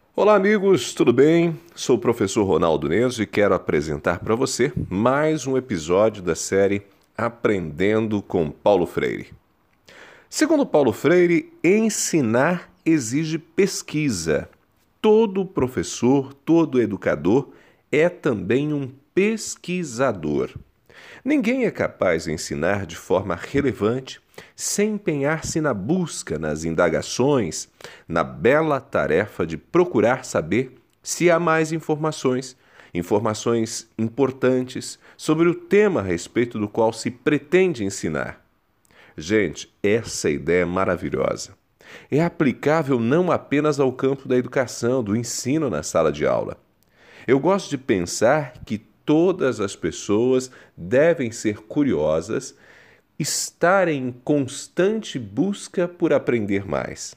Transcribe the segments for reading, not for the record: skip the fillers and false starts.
Olá, amigos, tudo bem? Sou o professor Ronaldo Neso e quero apresentar para você mais um episódio da série Aprendendo com Paulo Freire. Segundo Paulo Freire, ensinar exige pesquisa. Todo professor, todo educador é também um pesquisador. Ninguém é capaz de ensinar de forma relevante sem empenhar-se na busca, nas indagações, na bela tarefa de procurar saber se há mais informações, informações importantes sobre o tema a respeito do qual se pretende ensinar. Gente, essa ideia é maravilhosa. É aplicável não apenas ao campo da educação, do ensino na sala de aula. Eu gosto de pensar que todas as pessoas devem ser curiosas, estar em constante busca por aprender mais.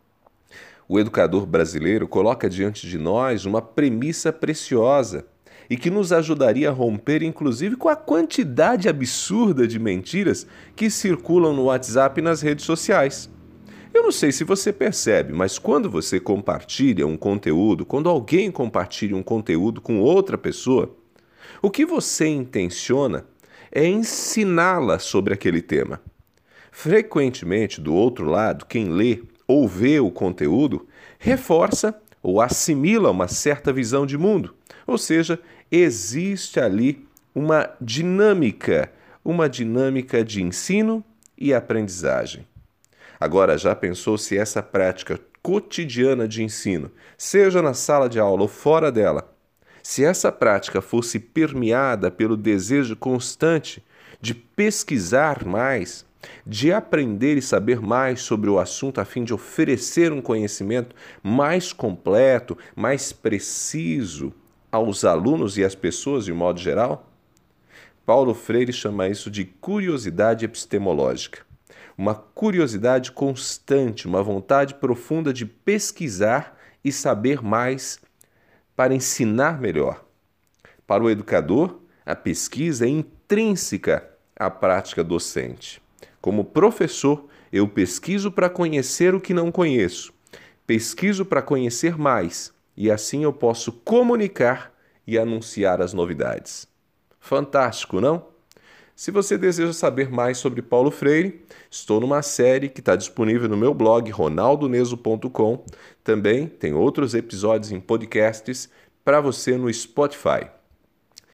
O educador brasileiro coloca diante de nós uma premissa preciosa e que nos ajudaria a romper, inclusive, com a quantidade absurda de mentiras que circulam no WhatsApp e nas redes sociais. Eu não sei se você percebe, mas quando você compartilha um conteúdo, quando alguém compartilha um conteúdo com outra pessoa, o que você intenciona é ensiná-la sobre aquele tema. Frequentemente, do outro lado, quem lê ou vê o conteúdo reforça ou assimila uma certa visão de mundo. Ou seja, existe ali uma dinâmica de ensino e aprendizagem. Agora, já pensou se essa prática cotidiana de ensino, seja na sala de aula ou fora dela, se essa prática fosse permeada pelo desejo constante de pesquisar mais, de aprender e saber mais sobre o assunto a fim de oferecer um conhecimento mais completo, mais preciso aos alunos e às pessoas de modo geral? Paulo Freire chama isso de curiosidade epistemológica. Uma curiosidade constante, uma vontade profunda de pesquisar e saber mais para ensinar melhor. Para o educador, a pesquisa é intrínseca à prática docente. Como professor, eu pesquiso para conhecer o que não conheço, pesquiso para conhecer mais, e assim eu posso comunicar e anunciar as novidades. Fantástico, não? Se você deseja saber mais sobre Paulo Freire, estou numa série que está disponível no meu blog ronaldoneso.com. Também tem outros episódios em podcasts para você no Spotify.